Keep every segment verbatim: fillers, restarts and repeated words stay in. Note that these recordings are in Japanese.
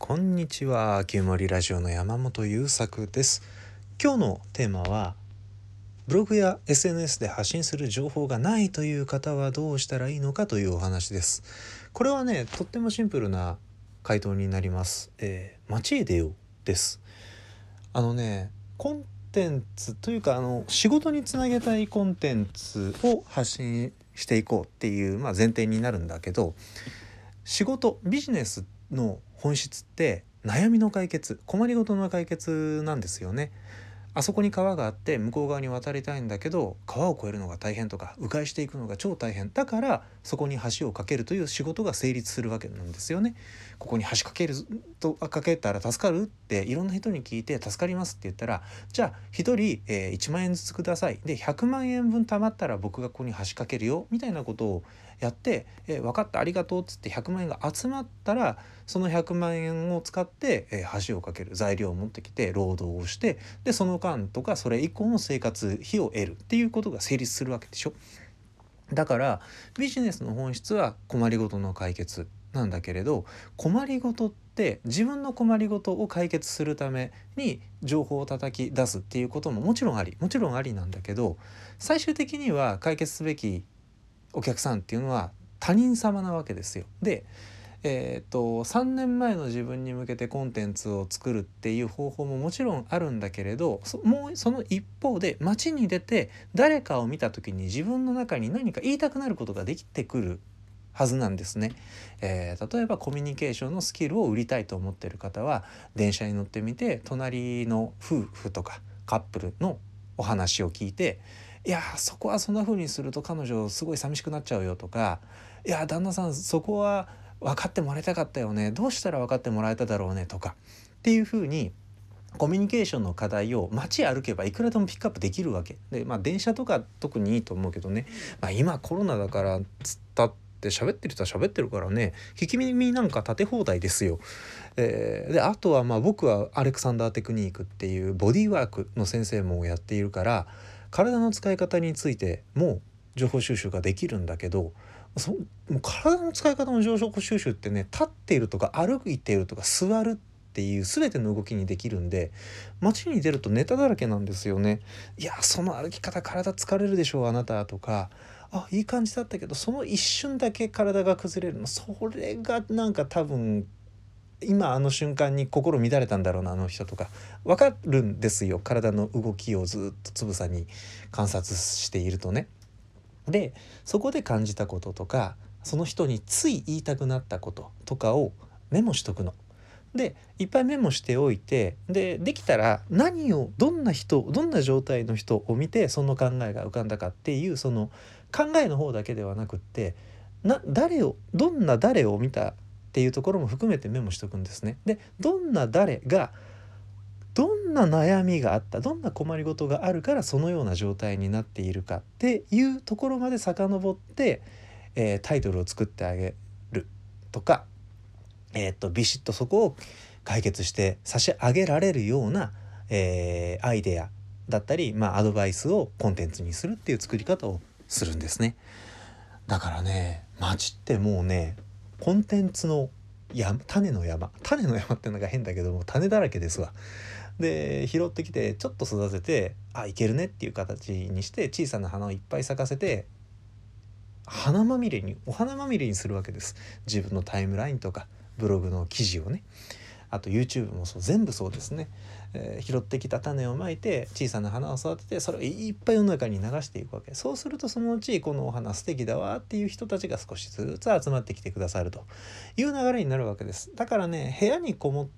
こんにちは、きゅうもりラジオの山本優作です。今日のテーマは、ブログや エスエヌエス で発信する情報がないという方はどうしたらいいのかというお話です。これはね、とってもシンプルな回答になります。えー、街へ出ようです。あのね、コンテンツというか、あの仕事につなげたいコンテンツを発信していこうっていう、まあ、前提になるんだけど、仕事ビジネスの本質って悩みの解決、困りごとの解決なんですよね。あそこに川があって向こう側に渡りたいんだけど、川を越えるのが大変とか迂回していくのが超大変だから、そこに橋を架けるという仕事が成立するわけなんですよね。ここに橋架けると架けたら助かるっていろんな人に聞いて、助かりますって言ったら、じゃあひとり、えー、いちまんえんずつください、でひゃくまんえんぶん貯まったら僕がここに橋架けるよみたいなことをやって、えー、分かったありがとうっつってひゃくまんえんが集まったら、そのひゃくまんえんを使って、えー、橋を架ける材料を持ってきて労働をして、でその間とかそれ以降の生活費を得るっていうことが成立するわけでしょ。だからビジネスの本質は困りごとの解決なんだけれど、困りごとって自分の困りごとを解決するために情報を叩き出すっていうことももちろんありもちろんありなんだけど、最終的には解決すべきお客さんっていうのは他人様なわけですよ。でえー、とさんねんまえの自分に向けてコンテンツを作るっていう方法ももちろんあるんだけれど、そもうその一方で街に出て誰かを見た時に自分の中に何か言いたくなることができてくるはずなんですね。えー、例えばコミュニケーションのスキルを売りたいと思っている方は、電車に乗ってみて隣の夫婦とかカップルのお話を聞いて、いやそこはそんな風にすると彼女すごい寂しくなっちゃうよとか、いや旦那さんそこは分かってもらいたかったよね、どうしたら分かってもらえただろうねとかっていう風に、コミュニケーションの課題を街歩けばいくらでもピックアップできるわけで、まあ電車とか特にいいと思うけどね、まあ、今コロナだからつったって喋ってる人は喋ってるからね、聞き耳なんか立て放題ですよ。えー、であとはまあ僕はアレクサンダーテクニックっていうボディーワークの先生もやっているから、体の使い方についても情報収集ができるんだけど、そもう体の使い方の情報収集ってね、立っているとか歩いているとか座るっていう全ての動きにできるんで、街に出るとネタだらけなんですよね。いやその歩き方体疲れるでしょうあなたとか、あいい感じだったけどその一瞬だけ体が崩れるの、それがなんか多分今あの瞬間に心乱れたんだろうなあの人とか分かるんですよ。体の動きをずっとつぶさに観察しているとね。でそこで感じたこととか、その人につい言いたくなったこととかをメモしとくの。でいっぱいメモしておいて、でできたら何をどんな人どんな状態の人を見てその考えが浮かんだかっていう、その考えの方だけではなくって、な誰をどんな誰を見たっていうところも含めてメモしておくんですね。でどんな誰がどんな悩みがあった、どんな困りごとがあるからそのような状態になっているかっていうところまで遡って、えー、タイトルを作ってあげるとか、えー、っとビシッとそこを解決して差し上げられるような、えー、アイデアだったり、まあ、アドバイスをコンテンツにするっていう作り方をするんですね。だからね、街ってもうね、コンテンツの山、種の山種の山ってのが変だけども種だらけですわ。で拾ってきてちょっと育てて、あいけるねっていう形にして小さな花をいっぱい咲かせて、花まみれにお花まみれにするわけです。自分のタイムラインとかブログの記事をね、あと YouTube もそう全部そうですね、えー、拾ってきた種をまいて小さな花を育てて、それをいっぱい世の中に流していくわけ。そうするとそのうちこのお花素敵だわっていう人たちが少しずつ集まってきてくださるという流れになるわけです。だからね、部屋にこもって、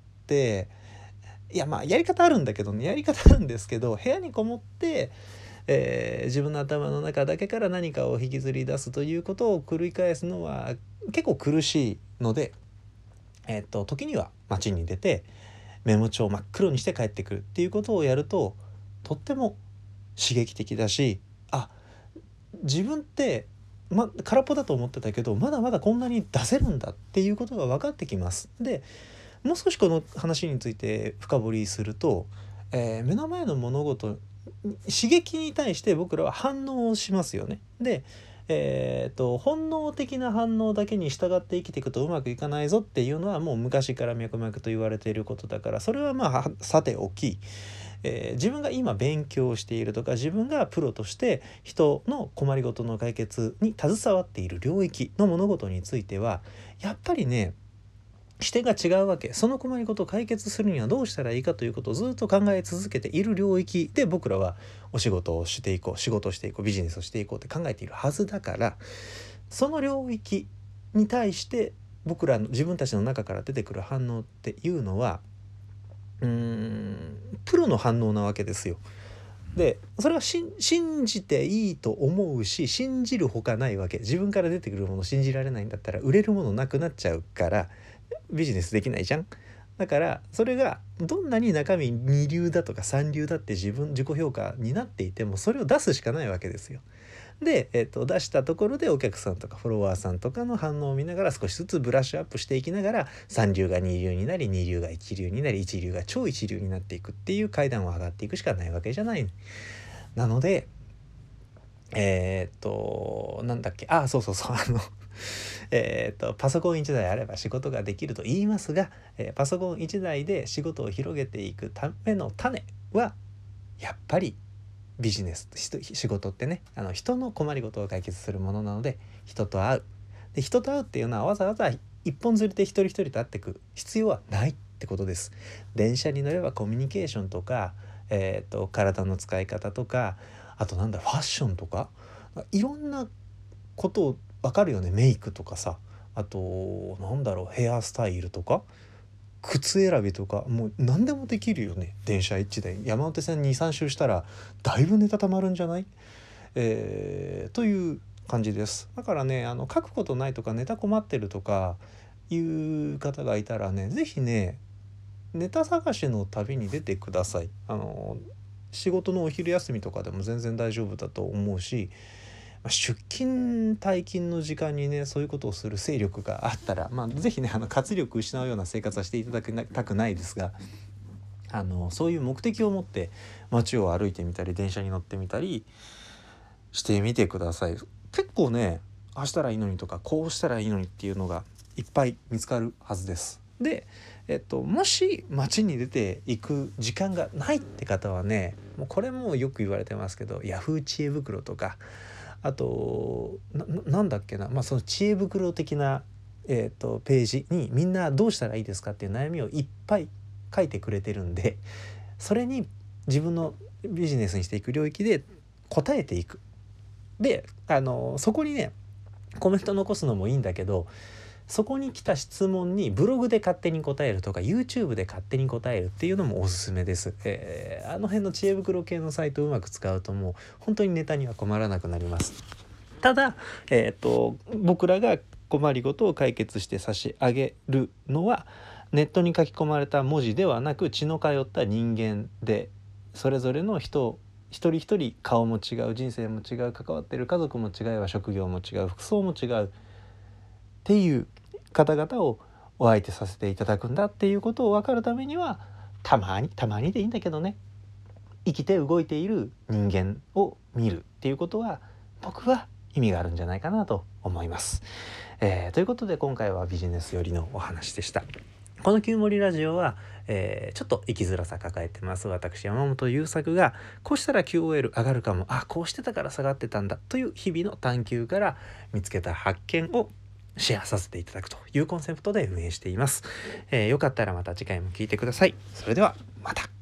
いやまあやり方あるんだけどねやり方あるんですけど部屋にこもって、えー、自分の頭の中だけから何かを引きずり出すということを繰り返すのは結構苦しいので、えー、っと時には街に出てメモ帳を真っ黒にして帰ってくるっていうことをやると、とっても刺激的だし、あ自分ってま、空っぽだと思ってたけどまだまだこんなに出せるんだっていうことが分かってきます。でもう少しこの話について深掘りすると、えー、目の前の物事刺激に対して僕らは反応をしますよね。でえー、と本能的な反応だけに従って生きていくとうまくいかないぞっていうのはもう昔から脈々と言われていることだから、それはまあさておき、えー自分が今勉強しているとか、自分がプロとして人の困りごとの解決に携わっている領域の物事についてはやっぱりね、視点が違うわけ。その困りごとを解決するにはどうしたらいいかということをずっと考え続けている領域で僕らはお仕事をしていこう、仕事をしていこう、ビジネスをしていこうって考えているはずだから、その領域に対して僕らの自分たちの中から出てくる反応っていうのはうーんプロの反応なわけですよ。でそれは信じていいと思うし、信じるほかないわけ。自分から出てくるものを信じられないんだったら売れるものなくなっちゃうからビジネスできないじゃん。だからそれがどんなに中身二流だとか三流だって自分自己評価になっていてもそれを出すしかないわけですよ。で、えっと、出したところでお客さんとかフォロワーさんとかの反応を見ながら少しずつブラッシュアップしていきながら三流が二流になり、二流が一流になり、一流が超一流になっていくっていう階段を上がっていくしかないわけじゃない。なのでえー、っとなんだっけあそうそうそうあのえっとパソコンいちだいあれば仕事ができると言いますが、えーパソコンいちだいで仕事を広げていくための種はやっぱりビジネスと仕事ってね、あの人の困りごとを解決するものなので、人と会う。で人と会うっていうのはわざわざ一本釣りで一人一人と会っていく必要はないってことです。電車に乗ればコミュニケーションとか、えー、と体の使い方とか、あとなんだファッションとかいろんなことを分かるよね。メイクとかさ、あとなんだろうヘアスタイルとか靴選びとか、もう何でもできるよね。電車いちだい山手線 にさん 周したらだいぶネタたまるんじゃない、えー、という感じです。だからね、あの書くことないとかネタ困ってるとかいう方がいたらね、ぜひねネタ探しの旅に出てください。あの仕事のお昼休みとかでも全然大丈夫だと思うし、出勤退勤の時間にねそういうことをする勢力があったら、まあ、ぜひねあの活力失うような生活はしていただきたくないですが、あのそういう目的を持って街を歩いてみたり電車に乗ってみたりしてみてください。結構ねああしたらいいのにとかこうしたらいいのにっていうのがいっぱい見つかるはずです。で、えっと、もし街に出ていく時間がないって方はね、もうこれもよく言われてますけど、ヤフー知恵袋とか、あと な, なんだっけな、まあ、その知恵袋的な、えー、とページにみんなどうしたらいいですかっていう悩みをいっぱい書いてくれてるんで、それに自分のビジネスにしていく領域で答えていく。であのそこにねコメント残すのもいいんだけど、そこに来た質問にブログで勝手に答えるとか YouTube で勝手に答えるっていうのもおすすめです。えー、あの辺の知恵袋系のサイトをうまく使うともう本当にネタには困らなくなります。ただ、えー、と僕らが困りごとを解決して差し上げるのはネットに書き込まれた文字ではなく血の通った人間で、それぞれの人一人一人顔も違う、人生も違う、関わっている家族も違う、職業も違う、服装も違うっていう方々をお相手させていただくんだっていうことを分かるためには、たまにたまにでいいんだけどね、生きて動いている人間を見るっていうことは僕は意味があるんじゃないかなと思います。えー、ということで今回はビジネス寄りのお話でした。このきゅう森ラジオは、えー、ちょっと生きづらさ抱えてます私山本優作が、こうしたら キューオーエル 上がるかも、あこうしてたから下がってたんだという日々の探求から見つけた発見をシェアさせていただくというコンセプトで運営しています。えー、よかったらまた次回も聞いてください。それではまた。